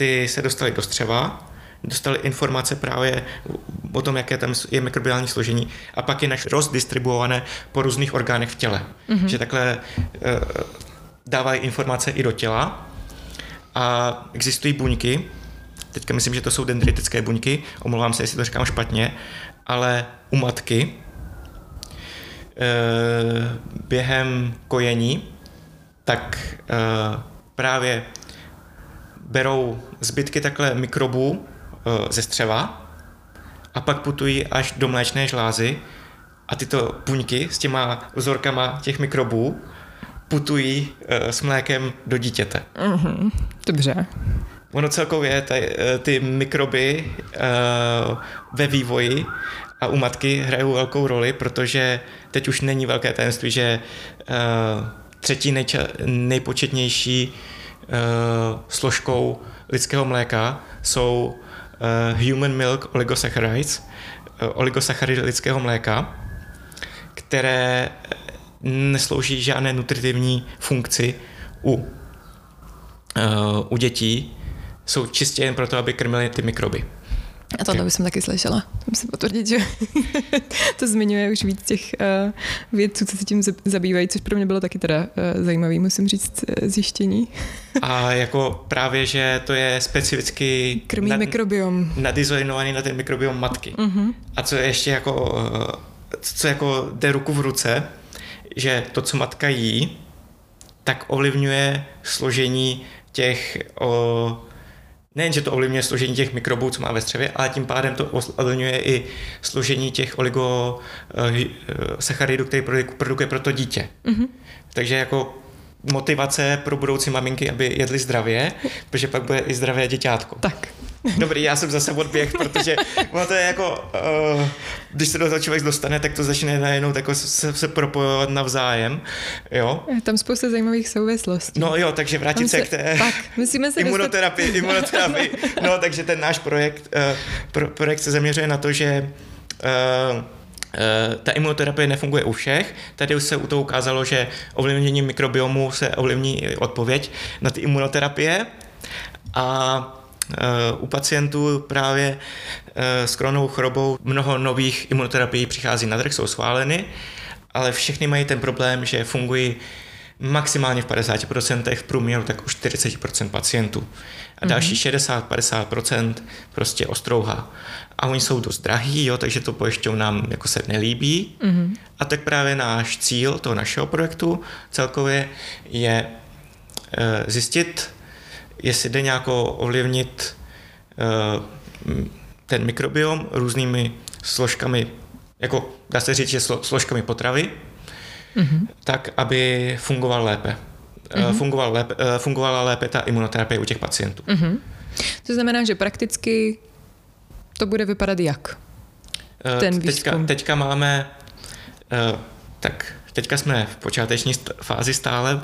ty se dostaly do střeva, dostali informace právě o tom, jaké tam je mikrobiální složení a pak je naš rozdistribuované po různých orgánech v těle. Mm-hmm. Že takhle uh, dávají informace i do těla a existují buňky, teďka myslím, že to jsou dendritické buňky, omlouvám se, jestli to říkám špatně, ale u matky uh, během kojení tak uh, právě berou zbytky takhle mikrobů ze střeva a pak putují až do mléčné žlázy a tyto buňky s těma vzorkama těch mikrobů putují uh, s mlékem do dítěte. Mm-hmm. Dobře. Ono celkově taj, ty mikroby uh, ve vývoji a u matky hrajou velkou roli, protože teď už není velké tajemství, že uh, třetí nejča- nejpočetnější uh, složkou lidského mléka jsou uh, human milk oligosaccharides, uh, oligosacharidy lidského mléka, které neslouží žádné nutritivní funkci u, uh, u dětí, jsou čistě jen proto, aby krmily ty mikroby. A tohle bych jsem taky slyšela. Musím potvrdit, že to zmiňuje už víc těch uh, vědců, co se tím zabývají, což pro mě bylo taky teda uh, zajímavý, musím říct, uh, zjištění. A jako právě, že to je specificky krmý nad, mikrobiom. nadizojnovaný na ten mikrobiom matky. Uh-huh. A co je ještě jako, uh, co jako jde ruku v ruce, že to, co matka jí, tak ovlivňuje složení těch uh, nejen, že to ovlivňuje složení těch mikrobů, co má ve střevě, ale tím pádem to ovlivňuje i složení těch oligosacharidů, který produkuje pro to dítě. Mm-hmm. Takže jako motivace pro budoucí maminky, aby jedly zdravě, protože pak bude i zdravé děťátko. Tak. Dobrý, já jsem zase odběh, protože ono to je jako, uh, když se do toho člověk dostane, tak to začne najednou tako se, se propojovat navzájem, jo. Je tam spousta zajímavých souvislostí. No jo, takže vrátit se, se k té tak, musíme se imunoterapii, dostat... imunoterapii. No, takže ten náš projekt, uh, pro, projekt se zaměřuje na to, že uh, Uh, ta imunoterapie nefunguje u všech. Tady už se u toho ukázalo, že ovlivněním mikrobiomu se ovlivní odpověď na ty imunoterapie a uh, u pacientů právě uh, s Crohnovou chorobou mnoho nových imunoterapií přichází na trh, jsou schváleny, ale všechny mají ten problém, že fungují maximálně v padesáti procentech, v průměru tak u čtyřicet procent pacientů. A další mm-hmm. šedesát až padesát procent prostě ostrouhá. A oni jsou dost drahý, jo, takže to pojišťovnám jako se nelíbí. Mm-hmm. A tak právě náš cíl toho našeho projektu celkově je e, zjistit, jestli jde nějakou ovlivnit e, ten mikrobiom různými složkami, jako dá se říct, že slo, složkami potravy, mm-hmm. tak, aby fungoval lépe. Mm-hmm. Fungoval lépe, fungovala lépe ta imunoterapie u těch pacientů. Mm-hmm. To znamená, že prakticky to bude vypadat jak? Ten výzkum. Teďka, teďka máme, tak teďka jsme v počáteční fázi stále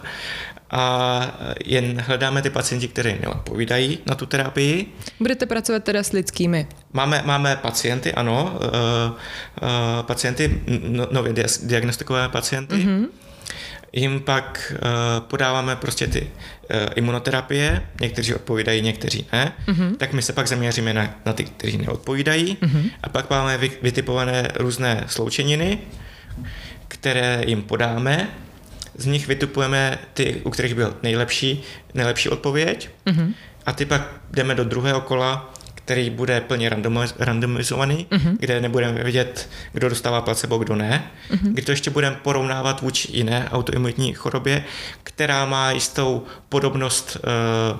a jen hledáme ty pacienti, kteří neodpovídají na tu terapii. Budete pracovat teda s lidskými? Máme, máme pacienty, ano, pacienty, nově diagnostikované pacienty. Mm-hmm. Jim pak uh, podáváme prostě ty uh, imunoterapie, někteří odpovídají, někteří ne, mm-hmm. tak my se pak zaměříme na, na ty, kteří neodpovídají mm-hmm. a pak máme vy, vytipované různé sloučeniny, které jim podáme, z nich vytipujeme ty, u kterých byl nejlepší, nejlepší odpověď mm-hmm. a ty pak jdeme do druhého kola, který bude plně randomizovaný, uh-huh. kde nebudeme vidět, kdo dostává placebo, kdo ne, uh-huh. kdy to ještě budeme porovnávat vůči jiné autoimunitní chorobě, která má jistou podobnost uh,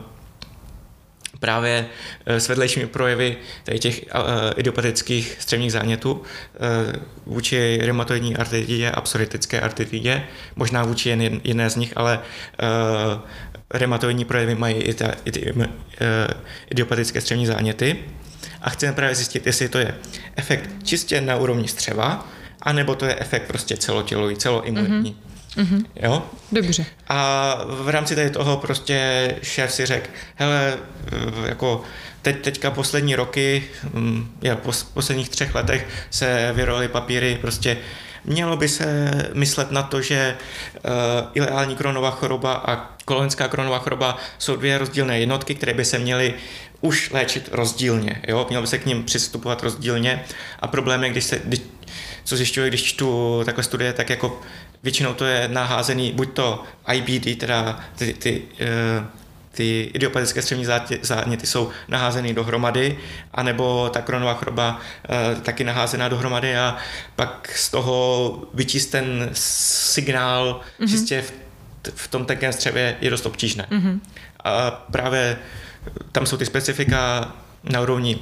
právě uh, s vedlejšími projevy tady těch uh, idiopatických střevních zánětů uh, vůči reumatoidní artritidě a psoriatické artritidě, možná vůči jen jiné z nich, ale uh, reumatoidní projevy mají i, ta, i ty uh, idiopatické střevní záněty a chceme právě zjistit, jestli to je efekt čistě na úrovni střeva, anebo to je efekt prostě celotělový, celoimunitní. Mm-hmm. Jo? Dobře. A v rámci tady toho prostě šéf si řekl, hele, jako teď, teďka poslední roky, já, po posledních třech letech se vyroly papíry prostě mělo by se myslet na to, že uh, ileální Crohnova choroba a kolonická Crohnova choroba jsou dvě rozdílné jednotky, které by se měly už léčit rozdílně. Jo? Mělo by se k nim přistupovat rozdílně a problém je, když se, když, co zjišťuji, když čtu takové studie, tak jako většinou to je naházený buď to I B D, teda ty, ty uh, ty idiopatické střevní záněty jsou naházený dohromady, anebo ta Crohnova choroba e, taky naházená dohromady a pak z toho vyčíst ten signál mm-hmm. čistě v, v tom tenkém střevě je dost obtížné. Mm-hmm. A právě tam jsou ty specifika na úrovni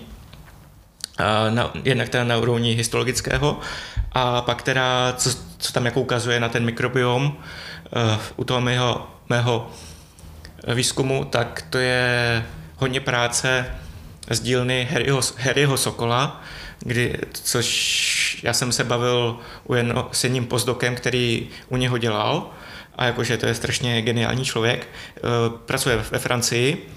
na, jednak teda na úrovni histologického a pak teda, co, co tam jako ukazuje na ten mikrobiom e, u toho mého, mého výzkumu, tak to je hodně práce z dílny Harryho, Harryho Sokola, kdy, což já jsem se bavil u jedno, s jedním postdokem, který u něho dělal a jakože to je strašně geniální člověk, pracuje ve Francii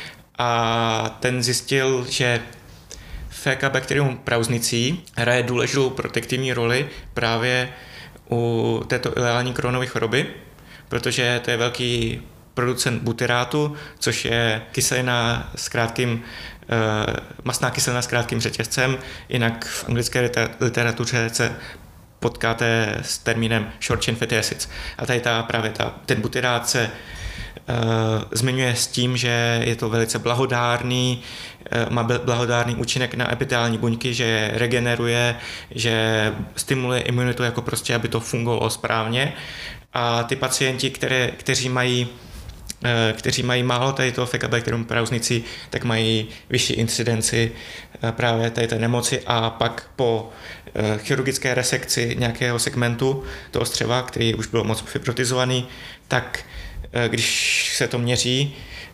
a ten zjistil, že Faecobacterium prausnicí hraje důležitou protektivní roli právě u této ileální Crohnovy choroby, protože to je velký producent butyrátu, což je kyselina s krátkým, e, mastná kyselina s krátkým řetězcem, jinak v anglické literatuře se potkáte s termínem short chain fatty acids. A tady ta, právě ta, ten butyrát se e, zmiňuje s tím, že je to velice blahodárný, e, má blahodárný účinek na epiteliální buňky, že regeneruje, že stimuluje imunitu, jako prostě, aby to fungovalo správně. A ty pacienti, které, kteří mají kteří mají málo tady toho Faecobacterium prausnicí, tak mají vyšší incidenci právě tady té nemoci a pak po chirurgické resekci nějakého segmentu toho střeva, který už byl moc fibrotizovaný, tak když se to měří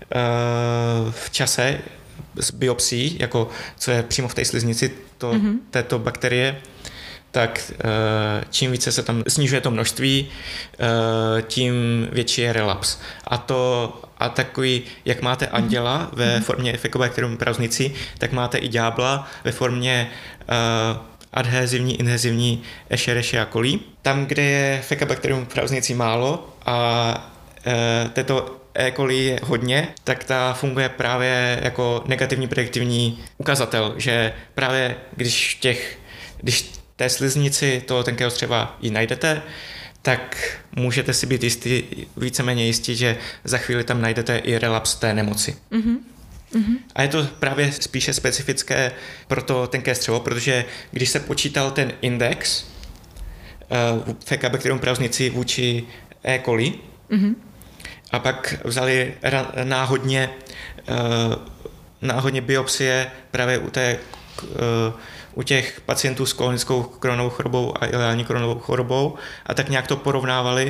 v čase s biopsií, jako co je přímo v té sliznici to, mm-hmm. této bakterie, tak čím více se tam snižuje to množství, tím větší je relaps. A to a takový, jak máte anděla ve formě Faecobacterium prausnicí, tak máte i ďábla ve formě adhezivní, inhezivní Escherichia coli. Tam, kde je Faecobacterium prausnicí málo a této E. coli je hodně, tak ta funguje právě jako negativní prediktivní ukazatel, že právě když těch, když té sliznici toho tenkého střeva ji najdete, tak můžete si být jistý, víceméně jistí, že za chvíli tam najdete i relaps té nemoci. Mm-hmm. Mm-hmm. A je to právě spíše specifické pro to tenké střevo, protože když se počítal ten index uh, Faecobacterium prausnicí vůči E. coli mm-hmm. a pak vzali ra- náhodně, uh, náhodně biopsie právě u té uh, u těch pacientů s kolonickou Crohnovou chorobou a ileální Crohnovou chorobou a tak nějak to porovnávali,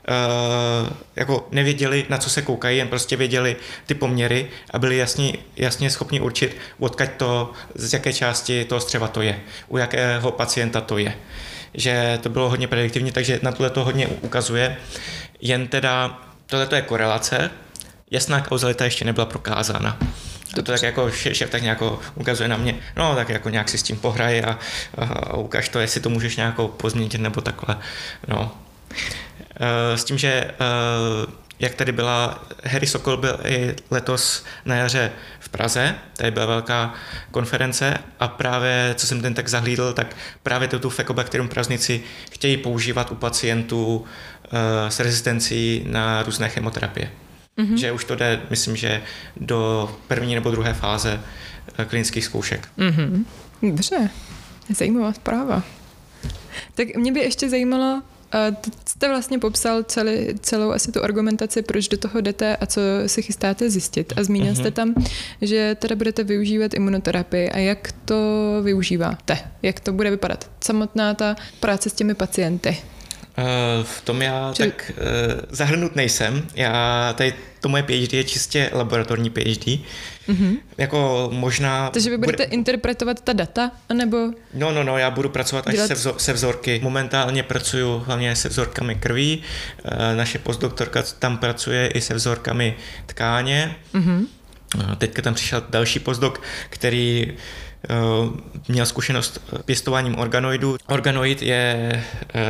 jako nevěděli, na co se koukají, jen prostě věděli ty poměry a byli jasně, jasně schopni určit, odkud to, z jaké části toho střeva to je, u jakého pacienta to je. Že to bylo hodně prediktivní, takže na tohle to hodně ukazuje. Jen teda, tohle je korelace, jasná kauzalita ještě nebyla prokázána. To, to tak jako šéf tak nějak ukazuje na mě, no tak jako nějak si s tím pohraj a, a ukaž to, jestli to můžeš nějak pozměnit nebo takhle. No. E, s tím, že e, jak tady byla, Harry Sokol byl i letos na jaře v Praze, tady byla velká konference a právě, co jsem ten tak zahlídl, tak právě tu Faecobacterium prausnici chtějí používat u pacientů e, s rezistencí na různé chemoterapie. Mm-hmm. Že už to jde, myslím, že do první nebo druhé fáze klinických zkoušek. Mm-hmm. Dobře, zajímavá zpráva. Tak mě by ještě zajímalo, jste vlastně popsal celý, celou asi tu argumentaci, proč do toho jdete a co si chystáte zjistit. A zmínil mm-hmm. jste tam, že teda budete využívat imunoterapii a jak to využíváte? Jak to bude vypadat? Samotná ta práce s těmi pacienty. V tom já Či... tak uh, zahrnut nejsem. Já tady to moje PhD je čistě laboratorní PhD. Mm-hmm. Jako možná... Takže vy budete bude... interpretovat ta data, anebo... No, no, no, já budu pracovat až dělat... se, vzor, se vzorky. Momentálně pracuju hlavně se vzorkami krví. Uh, naše postdoktorka tam pracuje i se vzorkami tkáně. Mm-hmm. Uh, teďka tam přišel další postdok, který měl zkušenost pěstováním organoidů. Organoid je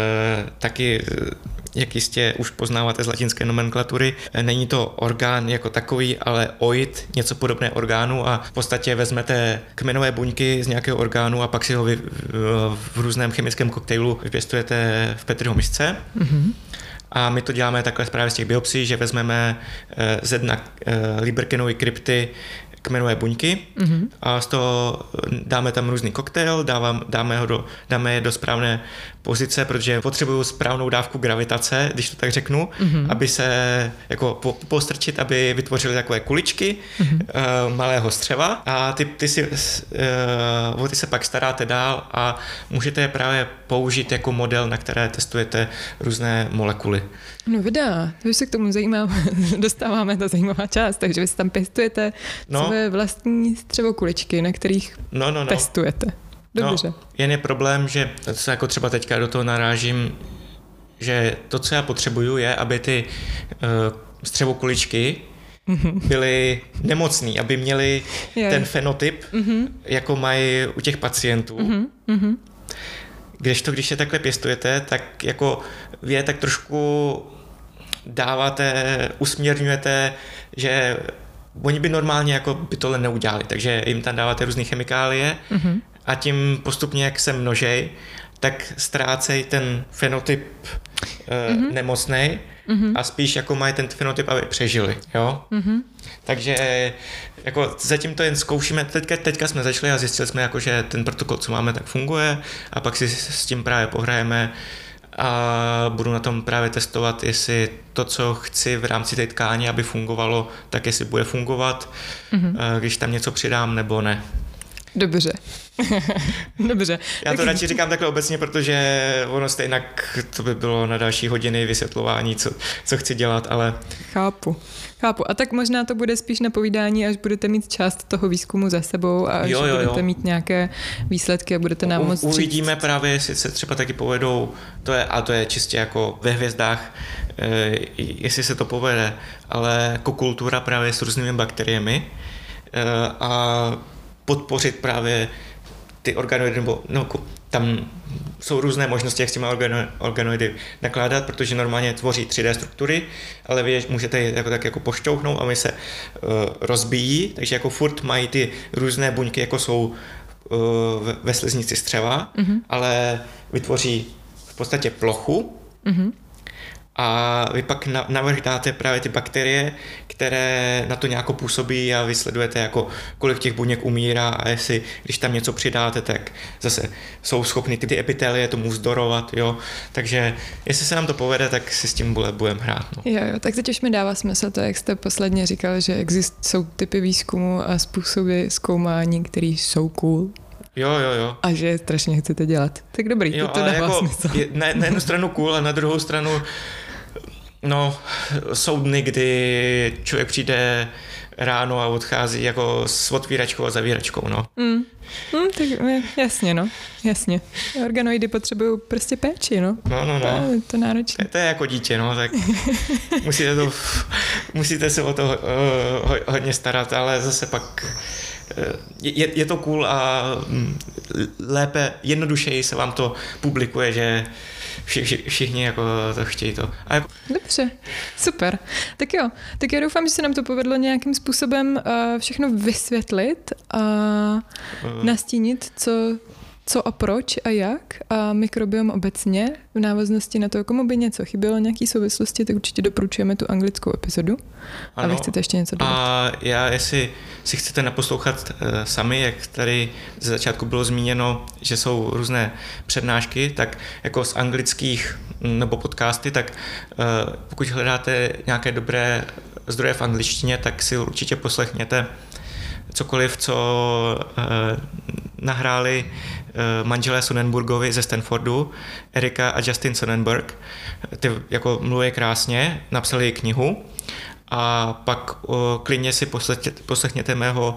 taky, jak jistě už poznáváte z latinské nomenklatury, není to orgán jako takový, ale oid, něco podobné orgánu a v podstatě vezmete kmenové buňky z nějakého orgánu a pak si ho vy, v různém chemickém koktejlu vypěstujete v Petriho misce. Mm-hmm. A my to děláme takhle právě z těch biopsií, že vezmeme z jedna Lieberkenovy krypty kmenové buňky mm-hmm. a z toho dáme tam různý koktejl, dávám, dáme, ho do, dáme je do správné pozice, protože potřebuju správnou dávku gravitace, když to tak řeknu, mm-hmm. aby se jako po, postrčit, aby vytvořily takové kuličky mm-hmm. uh, malého střeva a ty, ty si, uh, o ty se pak staráte dál a můžete je právě použít jako model, na které testujete různé molekuly. No vydá, už se k tomu zajímá, dostáváme ta zajímavá část, takže vy si tam pěstujete no. své vlastní střevokuličky, na kterých no, no, no. testujete. Dobře. No, jen je problém, že se jako třeba teďka do toho narážím, že to, co já potřebuju, je, aby ty uh, střevokuličky mm-hmm. byly nemocný, aby měly je. ten fenotyp, mm-hmm. jako mají u těch pacientů. Mm-hmm. Kdežto, když je takhle pěstujete, tak jako vy je tak trošku dáváte, usměrňujete, že oni by normálně jako by tohle neudělali, takže jim tam dáváte různé chemikálie mm-hmm. a tím postupně, jak se množej, tak ztrácejí ten fenotyp e, mm-hmm. nemocnej mm-hmm. a spíš jako mají ten fenotyp, aby přežili, jo? Mm-hmm. Takže jako zatím to jen zkoušíme, teďka, teďka jsme začali a zjistili jsme, jako, že ten protokol, co máme, tak funguje a pak si s tím právě pohrajeme a budu na tom právě testovat, jestli to, co chci v rámci té tkáně, aby fungovalo, tak jestli bude fungovat, mm-hmm. když tam něco přidám nebo ne. Dobře. Dobře. Já to tak... radši říkám takhle obecně, protože ono stejně to by bylo na další hodiny vysvětlování, co, co chci dělat, ale... Chápu. Chápu. A tak možná to bude spíš na povídání, až budete mít část toho výzkumu za sebou a až jo, jo, budete jo. mít nějaké výsledky a budete nám moct říct. Uvidíme právě, jestli se třeba taky povedou, to je, a to je čistě jako ve hvězdách, eh, jestli se to povede, ale kokultura právě s různými bakteriemi eh, a podpořit právě ty organoidy, nebo no, tam jsou různé možnosti, jak s těmi organo, organoidy nakládat, protože normálně tvoří tři dé struktury, ale vy můžete je jako, tak jako pošťouhnout a my se uh, rozbíjí, takže jako furt mají ty různé buňky, jako jsou uh, ve sliznici střeva, mm-hmm. ale vytvoří v podstatě plochu, mm-hmm. a vy pak navrch dáte právě ty bakterie, které na to nějak působí a vysledujete, jako kolik těch buněk umírá a jestli, když tam něco přidáte, tak zase jsou schopny ty epitelie tomu vzdorovat, jo. Takže jestli se nám to povede, tak si s tím budeme hrát. No. Jo, jo, tak teď už mi dává smysl to, jak jste posledně říkal, že exist, jsou typy výzkumu a způsoby zkoumání, které jsou cool. Jo, jo, jo. A že strašně chcete dělat. Tak dobrý, jo, to dává jako smysl. Je, na, na jednu stranu cool a na druhou stranu no, jsou dny, kdy člověk přijde ráno a odchází jako s otvíračkou a zavíračkou, no. Mm. Mm, tak jasně, no, jasně. Organoidy potřebují prostě péči, no. No, no, no. To je to náročné. To je jako dítě, no, tak musíte, to, musíte se o to uh, hodně starat, ale zase pak je, je to cool a lépe, jednodušeji se vám to publikuje, že vši, vši, všichni jako to chtějí to. A jako... Dobře, super. Tak jo, tak já doufám, že se nám to povedlo nějakým způsobem uh, všechno vysvětlit a uh. nastínit, co, co a proč a jak a mikrobiom obecně v návaznosti na to, komu by něco chybělo, nějaký souvislosti, tak určitě doporučujeme tu anglickou epizodu. Ano. A vy chcete ještě něco dodat? A já, jestli si chcete naposlouchat uh, sami, jak tady ze začátku bylo zmíněno, že jsou různé přednášky, tak jako z anglických nebo podcasty, tak uh, pokud hledáte nějaké dobré zdroje v angličtině, tak si určitě poslechněte cokoliv, co uh, nahráli uh, manželé Sonnenburgovi ze Stanfordu, Erika a Justin Sonnenberg. Ty jako mluví krásně, napsali knihu a pak uh, klidně si poslechněte, poslechněte mého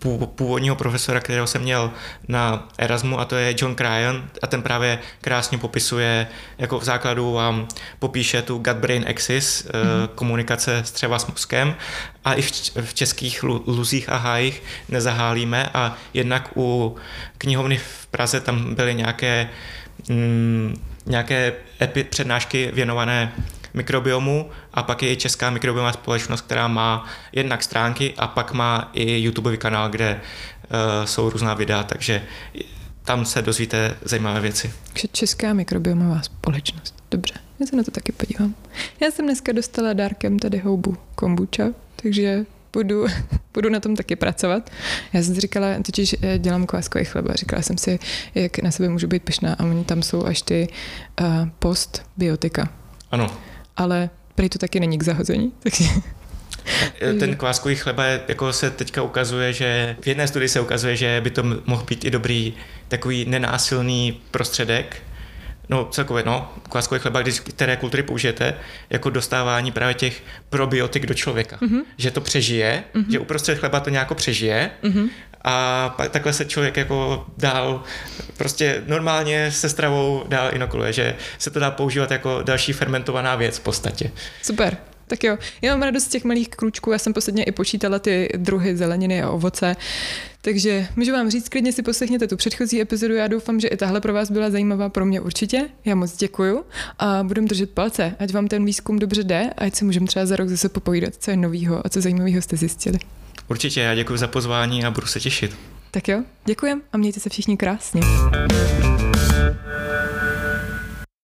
původního profesora, kterého jsem měl na Erasmu, a to je John Cryan, a ten právě krásně popisuje, jako v základu vám popíše tu gut-brain axis, mm. komunikace střeva s mozkem, a i v českých luzích a hájích nezahálíme, a jednak u knihovny v Praze tam byly nějaké, mm, nějaké epi- přednášky věnované mikrobiomu, a pak je i Česká mikrobiomová společnost, která má jednak stránky a pak má i YouTubeový kanál, kde uh, jsou různá videa, takže tam se dozvíte zajímavé věci. Takže Česká mikrobiomová společnost. Dobře, já se na to taky podívám. Já jsem dneska dostala dárkem tady houbu kombucha, takže budu, budu na tom taky pracovat. Já jsem si říkala, totiž dělám kváskový chleba, říkala jsem si, jak na sebe můžu být pyšná, a oni tam jsou až ty uh, postbiotika. Ano. Ale prý to taky není k zahození. Takže... Ten kváskový chleba je, jako se teďka ukazuje, že v jedné studii se ukazuje, že by to mohl být i dobrý takový nenásilný prostředek. No celkově, no, kváskový chleba, když které kultury použijete, jako dostávání právě těch probiotik do člověka. Mm-hmm. Že to přežije, mm-hmm. že uprostřed chleba to nějak přežije, mm-hmm. a pak takhle se člověk jako dál prostě normálně se stravou dál inokuluje, že se to dá používat jako další fermentovaná věc v podstatě. Super. Tak jo, já mám radost z těch malých kručků, já jsem posledně i počítala ty druhy zeleniny a ovoce, takže můžu vám říct, klidně si poslechněte tu předchozí epizodu, já doufám, že i tahle pro vás byla zajímavá, pro mě určitě, já moc děkuju a budem držet palce, ať vám ten výzkum dobře jde, ať si můžeme třeba za rok zase popovídat, co je novýho a co zajímavého jste zjistili. Určitě, já děkuji za pozvání a budu se těšit. Tak jo, děkujem a mějte se všichni krásně.